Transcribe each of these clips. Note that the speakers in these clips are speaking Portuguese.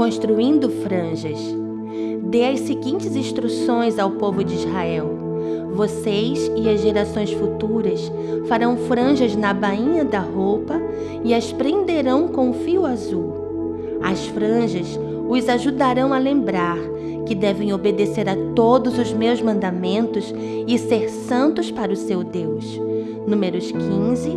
construindo franjas. Dê as seguintes instruções ao povo de Israel: vocês e as gerações futuras farão franjas na bainha da roupa e as prenderão com fio azul. As franjas os ajudarão a lembrar que devem obedecer a todos os meus mandamentos e ser santos para o seu Deus. Números 15,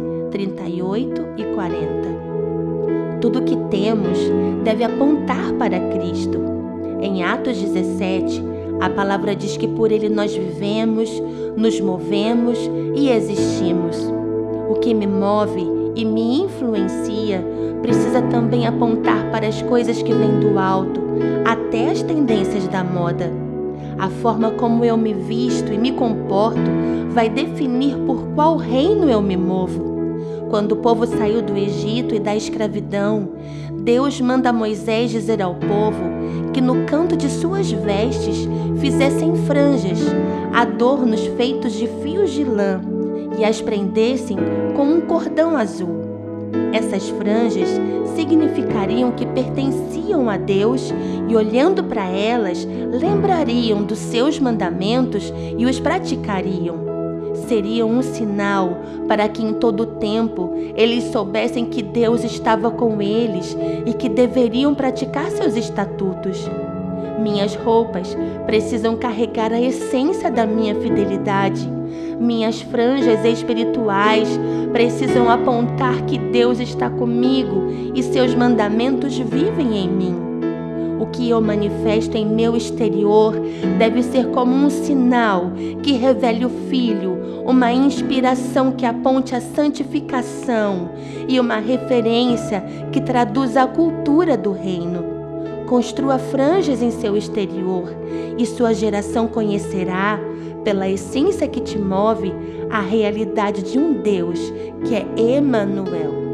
38 e 40. Tudo que temos deve apontar para Cristo. Em Atos 17, a palavra diz que por Ele nós vivemos, nos movemos e existimos. O que me move e me influencia precisa também apontar para as coisas que vêm do alto, até as tendências da moda. A forma como eu me visto e me comporto vai definir por qual reino eu me movo. Quando o povo saiu do Egito e da escravidão, Deus manda Moisés dizer ao povo que no canto de suas vestes fizessem franjas, adornos feitos de fios de lã, e as prendessem com um cordão azul. Essas franjas significariam que pertenciam a Deus e, olhando para elas, lembrariam dos seus mandamentos e os praticariam. Seriam um sinal para que em todo o tempo eles soubessem que Deus estava com eles e que deveriam praticar seus estatutos. Minhas roupas precisam carregar a essência da minha fidelidade. Minhas franjas espirituais precisam apontar que Deus está comigo e seus mandamentos vivem em mim. O que eu manifesto em meu exterior deve ser como um sinal que revele o Filho, uma inspiração que aponte a santificação e uma referência que traduza a cultura do reino. Construa franjas em seu exterior e sua geração conhecerá, pela essência que te move, a realidade de um Deus que é Emanuel.